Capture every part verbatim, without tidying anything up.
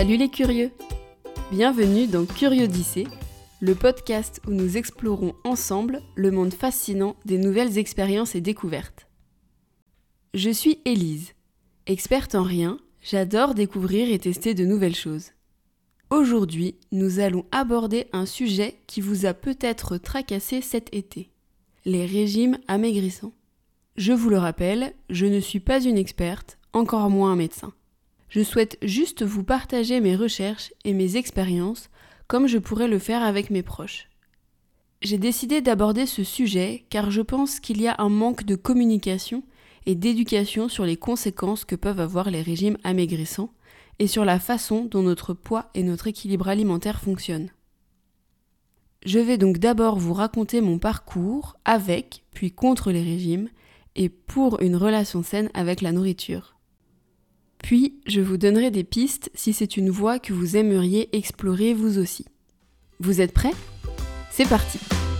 Salut les curieux! Bienvenue dans Curiodyssée, le podcast où nous explorons ensemble le monde fascinant des nouvelles expériences et découvertes. Je suis Élise. Experte en rien, j'adore découvrir et tester de nouvelles choses. Aujourd'hui, nous allons aborder un sujet qui vous a peut-être tracassé cet été. Les régimes amaigrissants. Je vous le rappelle, je ne suis pas une experte, encore moins un médecin. Je souhaite juste vous partager mes recherches et mes expériences comme je pourrais le faire avec mes proches. J'ai décidé d'aborder ce sujet car je pense qu'il y a un manque de communication et d'éducation sur les conséquences que peuvent avoir les régimes amaigrissants et sur la façon dont notre poids et notre équilibre alimentaire fonctionnent. Je vais donc d'abord vous raconter mon parcours avec, puis contre les régimes et pour une relation saine avec la nourriture. Puis, je vous donnerai des pistes si c'est une voie que vous aimeriez explorer vous aussi. Vous êtes prêts ? C'est parti !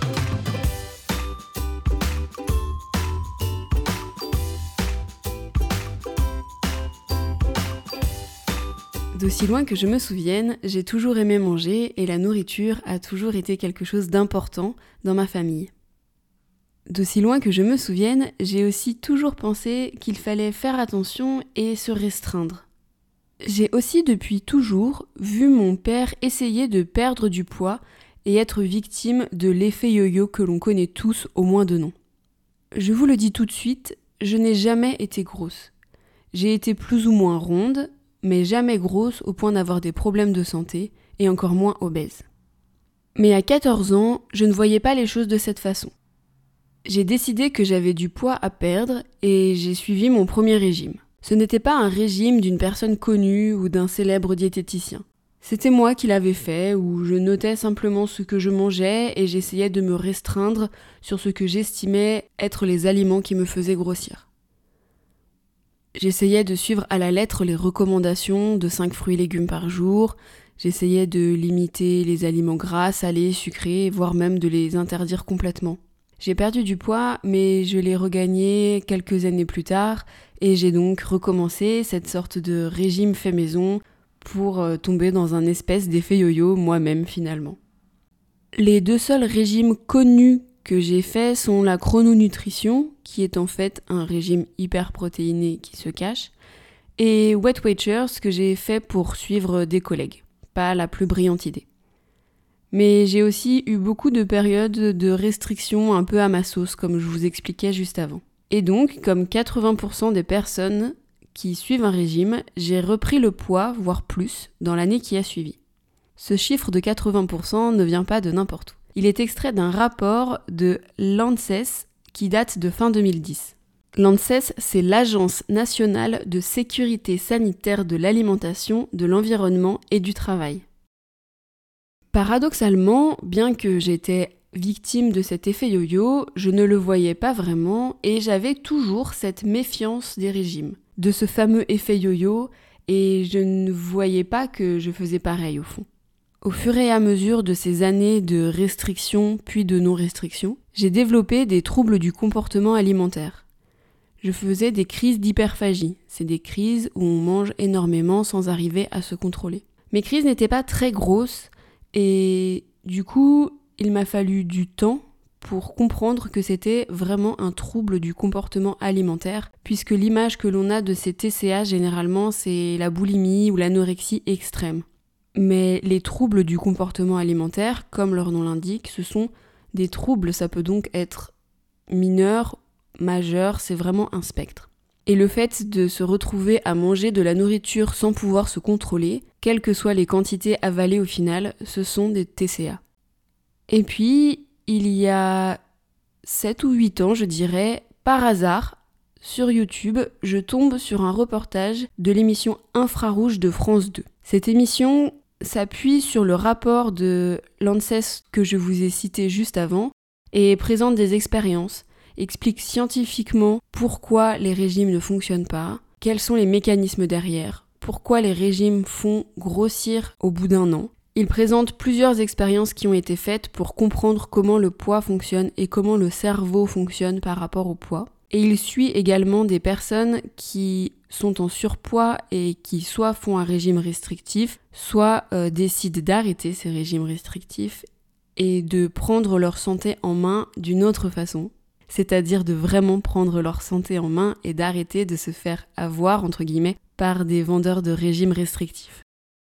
D'aussi loin que je me souvienne, j'ai toujours aimé manger et la nourriture a toujours été quelque chose d'important dans ma famille. D'aussi loin que je me souvienne, j'ai aussi toujours pensé qu'il fallait faire attention et se restreindre. J'ai aussi depuis toujours vu mon père essayer de perdre du poids et être victime de l'effet yo-yo que l'on connaît tous au moins de nom. Je vous le dis tout de suite, je n'ai jamais été grosse. J'ai été plus ou moins ronde, mais jamais grosse au point d'avoir des problèmes de santé et encore moins obèse. Mais à quatorze ans, je ne voyais pas les choses de cette façon. J'ai décidé que j'avais du poids à perdre et j'ai suivi mon premier régime. Ce n'était pas un régime d'une personne connue ou d'un célèbre diététicien. C'était moi qui l'avais fait, où je notais simplement ce que je mangeais et j'essayais de me restreindre sur ce que j'estimais être les aliments qui me faisaient grossir. J'essayais de suivre à la lettre les recommandations de cinq fruits et légumes par jour, j'essayais de limiter les aliments gras, salés, sucrés, voire même de les interdire complètement. J'ai perdu du poids, mais je l'ai regagné quelques années plus tard et j'ai donc recommencé cette sorte de régime fait maison pour tomber dans un espèce d'effet yo-yo moi-même finalement. Les deux seuls régimes connus que j'ai faits sont la chrononutrition, qui est en fait un régime hyperprotéiné qui se cache, et Weight Watchers que j'ai fait pour suivre des collègues. Pas la plus brillante idée. Mais j'ai aussi eu beaucoup de périodes de restrictions un peu à ma sauce, comme je vous expliquais juste avant. Et donc, comme quatre-vingts pour cent des personnes qui suivent un régime, j'ai repris le poids, voire plus, dans l'année qui a suivi. Ce chiffre de quatre-vingts pour cent ne vient pas de n'importe où. Il est extrait d'un rapport de l'ANSES qui date de fin deux mille dix. L'ANSES, c'est l'Agence nationale de sécurité sanitaire de l'alimentation, de l'environnement et du travail. Paradoxalement, bien que j'étais victime de cet effet yo-yo, je ne le voyais pas vraiment et j'avais toujours cette méfiance des régimes, de ce fameux effet yo-yo, et je ne voyais pas que je faisais pareil au fond. Au fur et à mesure de ces années de restriction puis de non-restriction, j'ai développé des troubles du comportement alimentaire. Je faisais des crises d'hyperphagie, c'est des crises où on mange énormément sans arriver à se contrôler. Mes crises n'étaient pas très grosses, et du coup, il m'a fallu du temps pour comprendre que c'était vraiment un trouble du comportement alimentaire, puisque l'image que l'on a de ces T C A, généralement, c'est la boulimie ou l'anorexie extrême. Mais les troubles du comportement alimentaire, comme leur nom l'indique, ce sont des troubles, ça peut donc être mineur, majeur, c'est vraiment un spectre. Et le fait de se retrouver à manger de la nourriture sans pouvoir se contrôler, quelles que soient les quantités avalées au final, ce sont des T C A. Et puis, il y a sept ou huit ans, je dirais, par hasard, sur YouTube, je tombe sur un reportage de l'émission Infrarouge de France deux. Cette émission s'appuie sur le rapport de l'ANSES que je vous ai cité juste avant et présente des expériences, explique scientifiquement pourquoi les régimes ne fonctionnent pas, quels sont les mécanismes derrière, pourquoi les régimes font grossir au bout d'un an. Il présente plusieurs expériences qui ont été faites pour comprendre comment le poids fonctionne et comment le cerveau fonctionne par rapport au poids. Et il suit également des personnes qui sont en surpoids et qui soit font un régime restrictif, soit euh, décident d'arrêter ces régimes restrictifs et de prendre leur santé en main d'une autre façon, c'est-à-dire de vraiment prendre leur santé en main et d'arrêter de se faire avoir, entre guillemets, par des vendeurs de régimes restrictifs.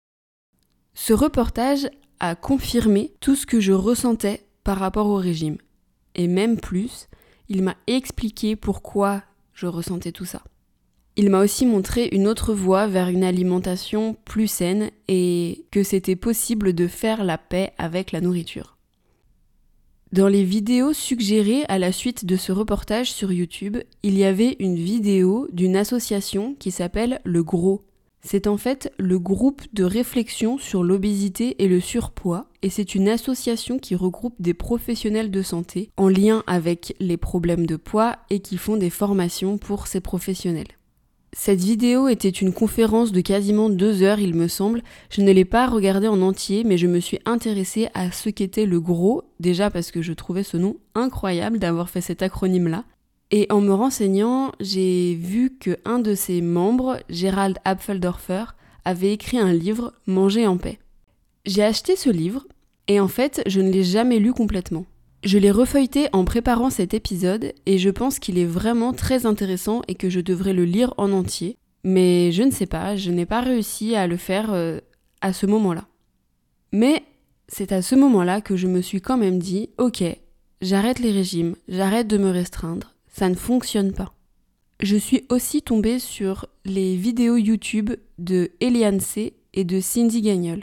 Ce reportage a confirmé tout ce que je ressentais par rapport au régime. Et même plus, il m'a expliqué pourquoi je ressentais tout ça. Il m'a aussi montré une autre voie vers une alimentation plus saine et que c'était possible de faire la paix avec la nourriture. Dans les vidéos suggérées à la suite de ce reportage sur YouTube, il y avait une vidéo d'une association qui s'appelle Le Gros. C'est en fait le groupe de réflexion sur l'obésité et le surpoids, et c'est une association qui regroupe des professionnels de santé en lien avec les problèmes de poids et qui font des formations pour ces professionnels. Cette vidéo était une conférence de quasiment deux heures, il me semble. Je ne l'ai pas regardée en entier, mais je me suis intéressée à ce qu'était le Gros, déjà parce que je trouvais ce nom incroyable d'avoir fait cet acronyme-là. Et en me renseignant, j'ai vu qu'un de ses membres, Gerald Apfeldorfer, avait écrit un livre, Manger en paix. J'ai acheté ce livre, et en fait, je ne l'ai jamais lu complètement. Je l'ai refeuilleté en préparant cet épisode, et je pense qu'il est vraiment très intéressant et que je devrais le lire en entier. Mais je ne sais pas, je n'ai pas réussi à le faire euh, à ce moment-là. Mais c'est à ce moment-là que je me suis quand même dit, ok, j'arrête les régimes, j'arrête de me restreindre. Ça ne fonctionne pas. Je suis aussi tombée sur les vidéos YouTube de Eliane C et de Cindy Gagnol.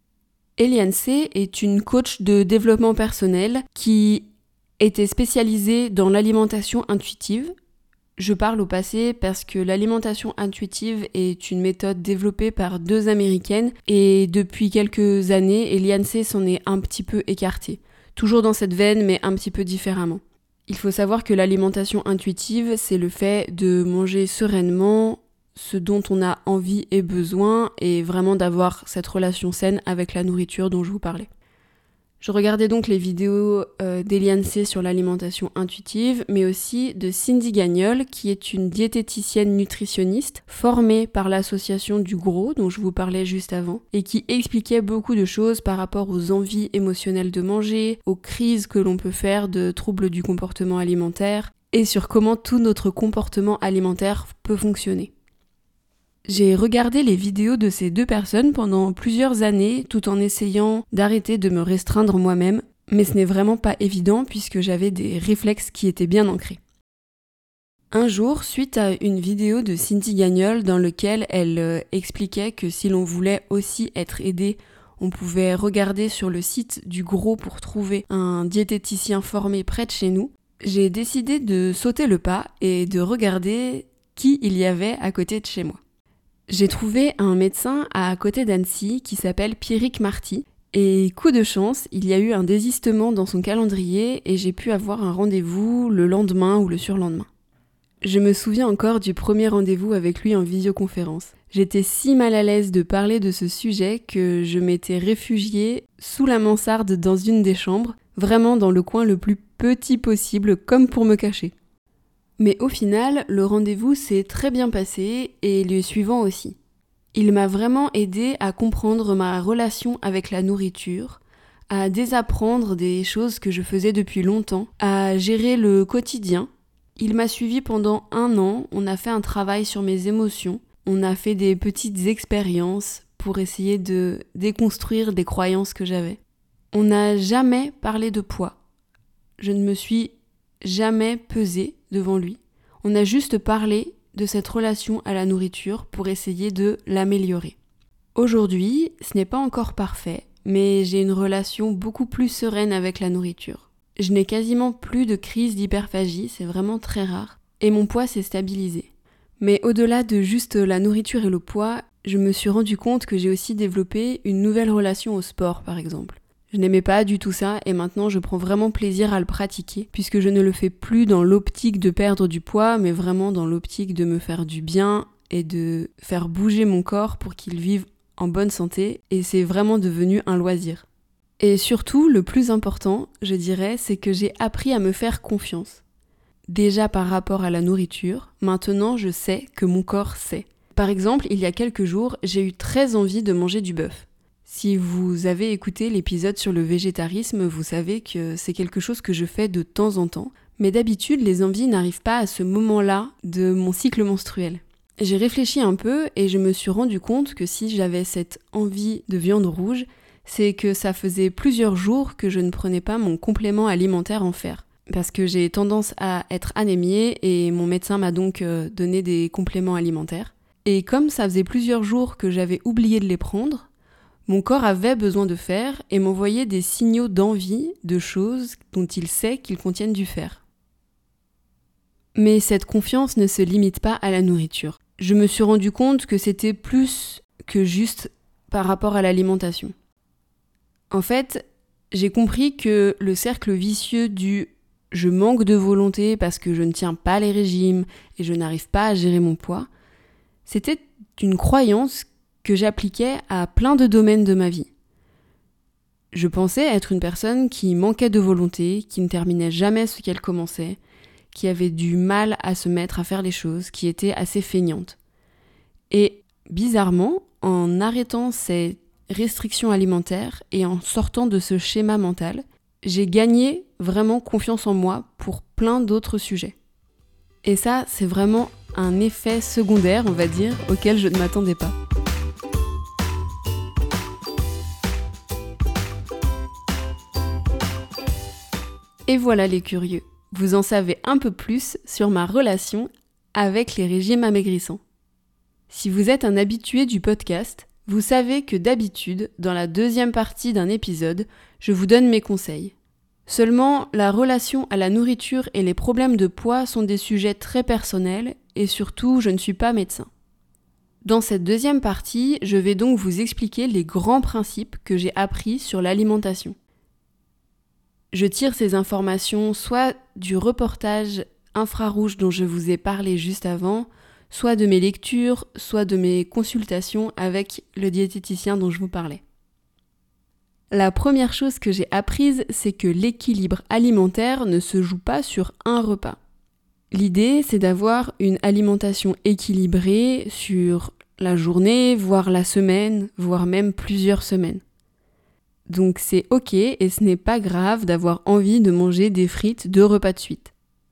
Eliane C est une coach de développement personnel qui était spécialisée dans l'alimentation intuitive. Je parle au passé parce que l'alimentation intuitive est une méthode développée par deux Américaines et depuis quelques années, Eliane C s'en est un petit peu écartée. Toujours dans cette veine, mais un petit peu différemment. Il faut savoir que l'alimentation intuitive, c'est le fait de manger sereinement ce dont on a envie et besoin et vraiment d'avoir cette relation saine avec la nourriture dont je vous parlais. Je regardais donc les vidéos euh, d'Eliane C sur l'alimentation intuitive, mais aussi de Cindy Gagnol, qui est une diététicienne nutritionniste formée par l'association du Gros, dont je vous parlais juste avant, et qui expliquait beaucoup de choses par rapport aux envies émotionnelles de manger, aux crises que l'on peut faire de troubles du comportement alimentaire, et sur comment tout notre comportement alimentaire peut fonctionner. J'ai regardé les vidéos de ces deux personnes pendant plusieurs années tout en essayant d'arrêter de me restreindre moi-même, mais ce n'est vraiment pas évident puisque j'avais des réflexes qui étaient bien ancrés. Un jour, suite à une vidéo de Cindy Gagnol dans laquelle elle euh, expliquait que si l'on voulait aussi être aidé, on pouvait regarder sur le site du Gros pour trouver un diététicien formé près de chez nous, j'ai décidé de sauter le pas et de regarder qui il y avait à côté de chez moi. J'ai trouvé un médecin à côté d'Annecy qui s'appelle Pierrick Marty et coup de chance, il y a eu un désistement dans son calendrier et j'ai pu avoir un rendez-vous le lendemain ou le surlendemain. Je me souviens encore du premier rendez-vous avec lui en visioconférence. J'étais si mal à l'aise de parler de ce sujet que je m'étais réfugiée sous la mansarde dans une des chambres, vraiment dans le coin le plus petit possible comme pour me cacher. Mais au final, le rendez-vous s'est très bien passé et le suivant aussi. Il m'a vraiment aidé à comprendre ma relation avec la nourriture, à désapprendre des choses que je faisais depuis longtemps, à gérer le quotidien. Il m'a suivi pendant un an, on a fait un travail sur mes émotions, on a fait des petites expériences pour essayer de déconstruire des croyances que j'avais. On n'a jamais parlé de poids. Je ne me suis jamais pesée devant lui. On a juste parlé de cette relation à la nourriture pour essayer de l'améliorer. Aujourd'hui, ce n'est pas encore parfait, mais j'ai une relation beaucoup plus sereine avec la nourriture. Je n'ai quasiment plus de crise d'hyperphagie, c'est vraiment très rare, et mon poids s'est stabilisé. Mais au-delà de juste la nourriture et le poids, je me suis rendu compte que j'ai aussi développé une nouvelle relation au sport, par exemple. Je n'aimais pas du tout ça et maintenant je prends vraiment plaisir à le pratiquer puisque je ne le fais plus dans l'optique de perdre du poids mais vraiment dans l'optique de me faire du bien et de faire bouger mon corps pour qu'il vive en bonne santé et c'est vraiment devenu un loisir. Et surtout, le plus important, je dirais, c'est que j'ai appris à me faire confiance. déjà par rapport à la nourriture, maintenant je sais que mon corps sait. Par exemple, il y a quelques jours, j'ai eu très envie de manger du bœuf. Si vous avez écouté l'épisode sur le végétarisme, vous savez que c'est quelque chose que je fais de temps en temps. Mais d'habitude, les envies n'arrivent pas à ce moment-là de mon cycle menstruel. J'ai réfléchi un peu et je me suis rendu compte que si j'avais cette envie de viande rouge, c'est que ça faisait plusieurs jours que je ne prenais pas mon complément alimentaire en fer. Parce que j'ai tendance à être anémiée et mon médecin m'a donc donné des compléments alimentaires. Et comme ça faisait plusieurs jours que j'avais oublié de les prendre, mon corps avait besoin de fer et m'envoyait des signaux d'envie de choses dont il sait qu'ils contiennent du fer. Mais cette confiance ne se limite pas à la nourriture. Je me suis rendu compte que c'était plus que juste par rapport à l'alimentation. En fait, j'ai compris que le cercle vicieux du « je manque de volonté parce que je ne tiens pas les régimes et je n'arrive pas à gérer mon poids », c'était une croyance que j'appliquais à plein de domaines de ma vie. Je pensais être une personne qui manquait de volonté, qui ne terminait jamais ce qu'elle commençait, qui avait du mal à se mettre à faire les choses, qui était assez feignante. Et bizarrement, en arrêtant ces restrictions alimentaires et en sortant de ce schéma mental, j'ai gagné vraiment confiance en moi pour plein d'autres sujets. Et ça, c'est vraiment un effet secondaire, on va dire, auquel je ne m'attendais pas. Et voilà les curieux, vous en savez un peu plus sur ma relation avec les régimes amaigrissants. Si vous êtes un habitué du podcast, vous savez que d'habitude, dans la deuxième partie d'un épisode, je vous donne mes conseils. Seulement, la relation à la nourriture et les problèmes de poids sont des sujets très personnels et surtout, je ne suis pas médecin. Dans cette deuxième partie, je vais donc vous expliquer les grands principes que j'ai appris sur l'alimentation. Je tire ces informations soit du reportage infrarouge dont je vous ai parlé juste avant, soit de mes lectures, soit de mes consultations avec le diététicien dont je vous parlais. La première chose que j'ai apprise, c'est que l'équilibre alimentaire ne se joue pas sur un repas. L'idée, c'est d'avoir une alimentation équilibrée sur la journée, voire la semaine, voire même plusieurs semaines. Donc c'est ok et ce n'est pas grave d'avoir envie de manger des frites deux repas de suite.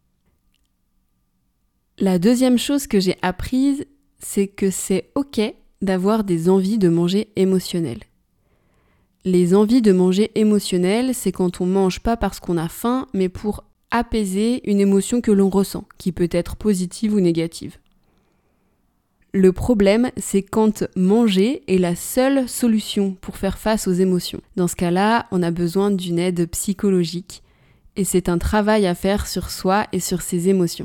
La deuxième chose que j'ai apprise, c'est que c'est ok d'avoir des envies de manger émotionnelles. Les envies de manger émotionnelles, c'est quand on mange pas parce qu'on a faim, mais pour apaiser une émotion que l'on ressent, qui peut être positive ou négative. Le problème, c'est quand manger est la seule solution pour faire face aux émotions. Dans ce cas-là, on a besoin d'une aide psychologique et c'est un travail à faire sur soi et sur ses émotions.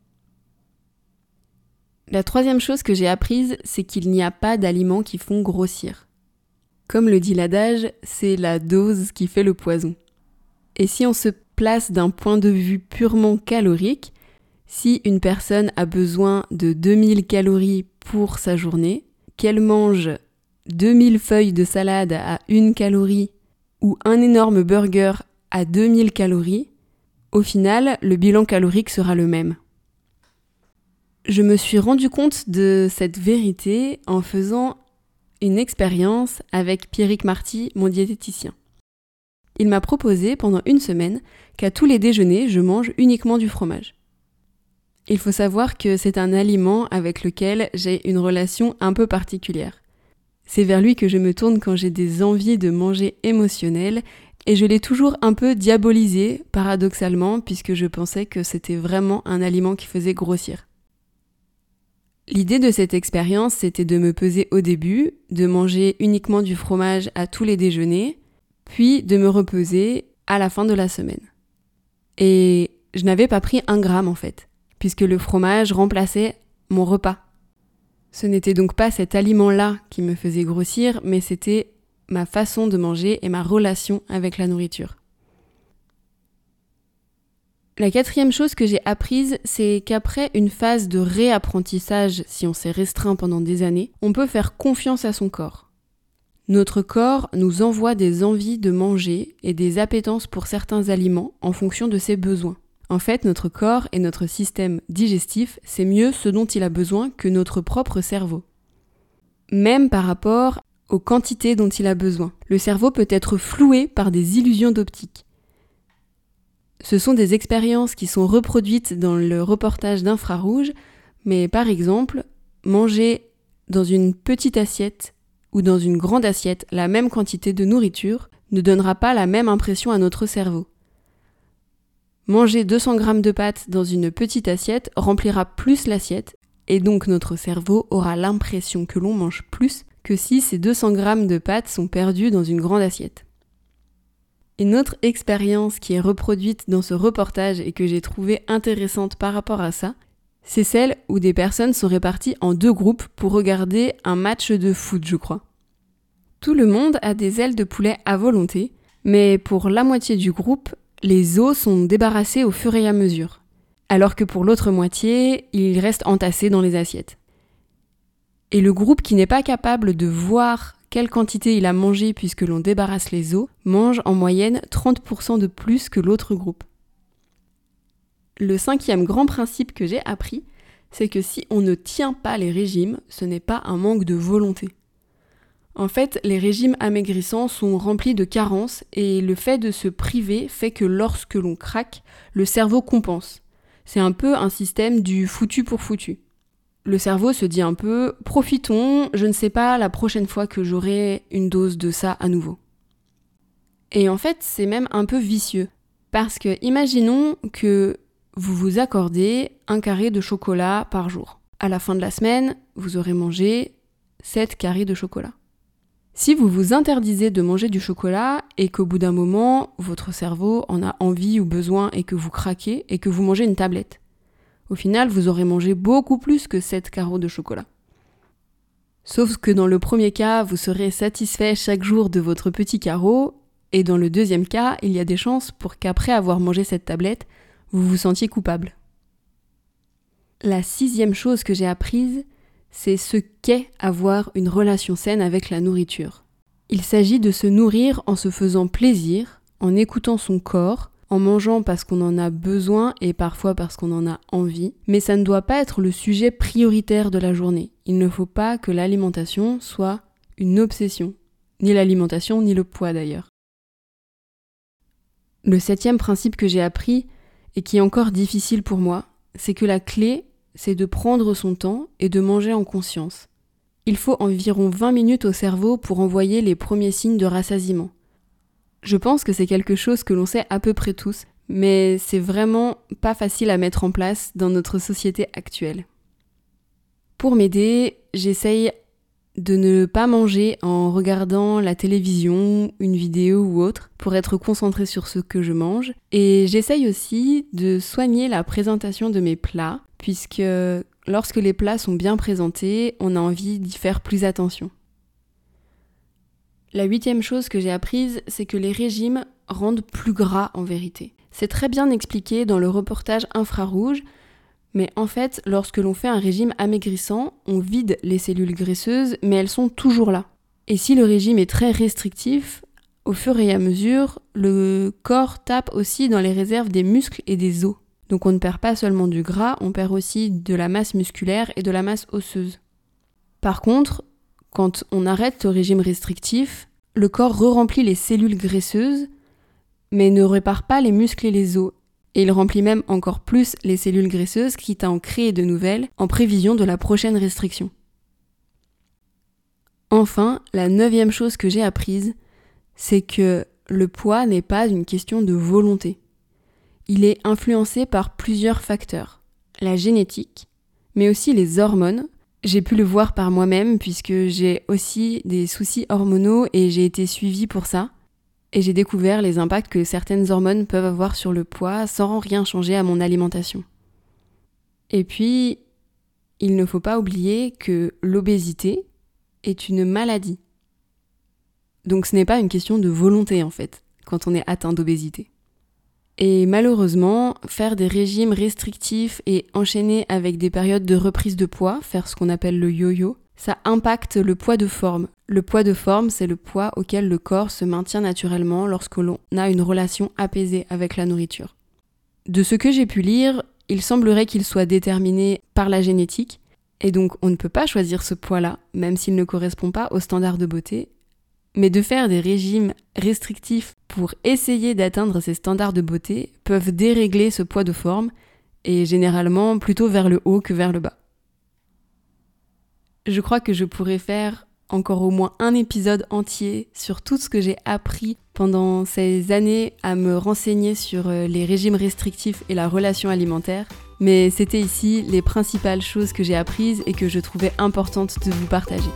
La troisième chose que j'ai apprise, c'est qu'il n'y a pas d'aliments qui font grossir. Comme le dit l'adage, c'est la dose qui fait le poison. Et si on se place d'un point de vue purement calorique, si une personne a besoin de deux mille calories pour sa journée, qu'elle mange deux mille feuilles de salade à une calorie ou un énorme burger à deux mille calories, au final, le bilan calorique sera le même. Je me suis rendu compte de cette vérité en faisant une expérience avec Pierrick Marty, mon diététicien. Il m'a proposé pendant une semaine qu'à tous les déjeuners, je mange uniquement du fromage. Il faut savoir que c'est un aliment avec lequel j'ai une relation un peu particulière. C'est vers lui que je me tourne quand j'ai des envies de manger émotionnelles et je l'ai toujours un peu diabolisé, paradoxalement, puisque je pensais que c'était vraiment un aliment qui faisait grossir. L'idée de cette expérience, c'était de me peser au début, de manger uniquement du fromage à tous les déjeuners, puis de me repeser à la fin de la semaine. Et je n'avais pas pris un gramme en fait, puisque le fromage remplaçait mon repas. Ce n'était donc pas cet aliment-là qui me faisait grossir, mais c'était ma façon de manger et ma relation avec la nourriture. La quatrième chose que j'ai apprise, c'est qu'après une phase de réapprentissage, si on s'est restreint pendant des années, on peut faire confiance à son corps. Notre corps nous envoie des envies de manger et des appétences pour certains aliments en fonction de ses besoins. En fait, notre corps et notre système digestif, c'est mieux ce dont il a besoin que notre propre cerveau. Même par rapport aux quantités dont il a besoin. Le cerveau peut être floué par des illusions d'optique. Ce sont des expériences qui sont reproduites dans le reportage d'Infrarouge, mais par exemple, manger dans une petite assiette ou dans une grande assiette la même quantité de nourriture ne donnera pas la même impression à notre cerveau. Manger deux cents grammes de pâtes dans une petite assiette remplira plus l'assiette et donc notre cerveau aura l'impression que l'on mange plus que si ces deux cents grammes de pâtes sont perdus dans une grande assiette. Une autre expérience qui est reproduite dans ce reportage et que j'ai trouvée intéressante par rapport à ça, c'est celle où des personnes sont réparties en deux groupes pour regarder un match de foot, je crois. Tout le monde a des ailes de poulet à volonté, mais pour la moitié du groupe, les os sont débarrassés au fur et à mesure, alors que pour l'autre moitié, ils restent entassés dans les assiettes. Et le groupe qui n'est pas capable de voir quelle quantité il a mangé puisque l'on débarrasse les os, mange en moyenne trente pour cent de plus que l'autre groupe. Le cinquième grand principe que j'ai appris, c'est que si on ne tient pas les régimes, ce n'est pas un manque de volonté. En fait, les régimes amaigrissants sont remplis de carences et le fait de se priver fait que lorsque l'on craque, le cerveau compense. C'est un peu un système du foutu pour foutu. Le cerveau se dit un peu « profitons, je ne sais pas la prochaine fois que j'aurai une dose de ça à nouveau ». Et en fait, c'est même un peu vicieux. Parce que imaginons que vous vous accordez un carré de chocolat par jour. À la fin de la semaine, vous aurez mangé sept carrés de chocolat. Si vous vous interdisez de manger du chocolat et qu'au bout d'un moment, votre cerveau en a envie ou besoin et que vous craquez et que vous mangez une tablette, au final, vous aurez mangé beaucoup plus que sept carreaux de chocolat. Sauf que dans le premier cas, vous serez satisfait chaque jour de votre petit carreau, et dans le deuxième cas, il y a des chances pour qu'après avoir mangé cette tablette, vous vous sentiez coupable. La sixième chose que j'ai apprise, c'est ce qu'est avoir une relation saine avec la nourriture. Il s'agit de se nourrir en se faisant plaisir, en écoutant son corps, en mangeant parce qu'on en a besoin et parfois parce qu'on en a envie, mais ça ne doit pas être le sujet prioritaire de la journée. Il ne faut pas que l'alimentation soit une obsession, ni l'alimentation ni le poids d'ailleurs. Le septième principe que j'ai appris, et qui est encore difficile pour moi, c'est que la clé, c'est de prendre son temps et de manger en conscience. Il faut environ vingt minutes au cerveau pour envoyer les premiers signes de rassasiement. Je pense que c'est quelque chose que l'on sait à peu près tous, mais c'est vraiment pas facile à mettre en place dans notre société actuelle. Pour m'aider, j'essaye de ne pas manger en regardant la télévision, une vidéo ou autre, pour être concentrée sur ce que je mange. Et j'essaye aussi de soigner la présentation de mes plats, puisque lorsque les plats sont bien présentés, on a envie d'y faire plus attention. La huitième chose que j'ai apprise, c'est que les régimes rendent plus gras en vérité. C'est très bien expliqué dans le reportage Infrarouge, mais en fait, lorsque l'on fait un régime amaigrissant, on vide les cellules graisseuses, mais elles sont toujours là. Et si le régime est très restrictif, au fur et à mesure, le corps tape aussi dans les réserves des muscles et des os. Donc on ne perd pas seulement du gras, on perd aussi de la masse musculaire et de la masse osseuse. Par contre, quand on arrête le régime restrictif, le corps re-remplit les cellules graisseuses, mais ne répare pas les muscles et les os. Et il remplit même encore plus les cellules graisseuses, quitte à en créer de nouvelles, en prévision de la prochaine restriction. Enfin, la neuvième chose que j'ai apprise, c'est que le poids n'est pas une question de volonté. Il est influencé par plusieurs facteurs. La génétique, mais aussi les hormones. J'ai pu le voir par moi-même puisque j'ai aussi des soucis hormonaux et j'ai été suivie pour ça. Et j'ai découvert les impacts que certaines hormones peuvent avoir sur le poids sans rien changer à mon alimentation. Et puis, il ne faut pas oublier que l'obésité est une maladie. Donc ce n'est pas une question de volonté en fait, quand on est atteint d'obésité. Et malheureusement, faire des régimes restrictifs et enchaîner avec des périodes de reprise de poids, faire ce qu'on appelle le yo-yo, ça impacte le poids de forme. Le poids de forme, c'est le poids auquel le corps se maintient naturellement lorsque l'on a une relation apaisée avec la nourriture. De ce que j'ai pu lire, il semblerait qu'il soit déterminé par la génétique, et donc on ne peut pas choisir ce poids-là, même s'il ne correspond pas aux standards de beauté. Mais de faire des régimes restrictifs pour essayer d'atteindre ces standards de beauté peuvent dérégler ce poids de forme, et généralement plutôt vers le haut que vers le bas. Je crois que je pourrais faire encore au moins un épisode entier sur tout ce que j'ai appris pendant ces années à me renseigner sur les régimes restrictifs et la relation alimentaire, mais c'était ici les principales choses que j'ai apprises et que je trouvais importantes de vous partager.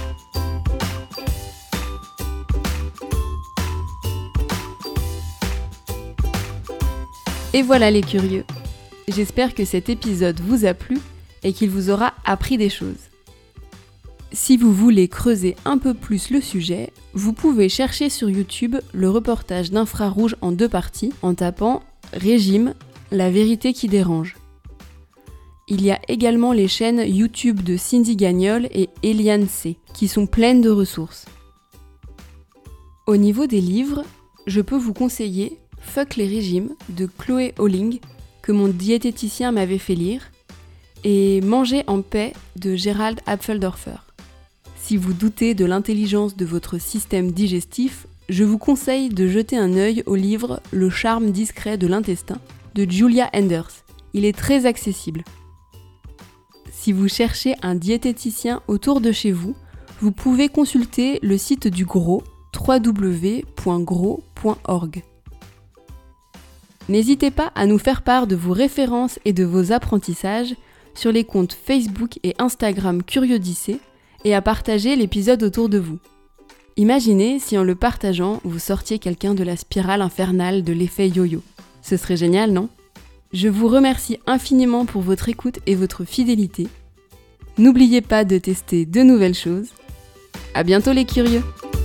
Et voilà les curieux. J'espère que cet épisode vous a plu et qu'il vous aura appris des choses. Si vous voulez creuser un peu plus le sujet, vous pouvez chercher sur YouTube le reportage d'Infrarouge en deux parties en tapant « Régime, la vérité qui dérange ». Il y a également les chaînes YouTube de Cindy Gagnol et Eliane C, qui sont pleines de ressources. Au niveau des livres, je peux vous conseiller « Fuck les régimes » de Chloé Holling, que mon diététicien m'avait fait lire, et « Manger en paix » de Gerald Apfeldorfer. Si vous doutez de l'intelligence de votre système digestif, je vous conseille de jeter un œil au livre « Le charme discret de l'intestin » de Julia Enders. Il est très accessible. Si vous cherchez un diététicien autour de chez vous, vous pouvez consulter le site du Gros, w w w point gros point org. N'hésitez pas à nous faire part de vos références et de vos apprentissages sur les comptes Facebook et Instagram Curiodyssée et à partager l'épisode autour de vous. Imaginez si en le partageant, vous sortiez quelqu'un de la spirale infernale de l'effet yo-yo. Ce serait génial, non ? Je vous remercie infiniment pour votre écoute et votre fidélité. N'oubliez pas de tester de nouvelles choses. À bientôt les curieux!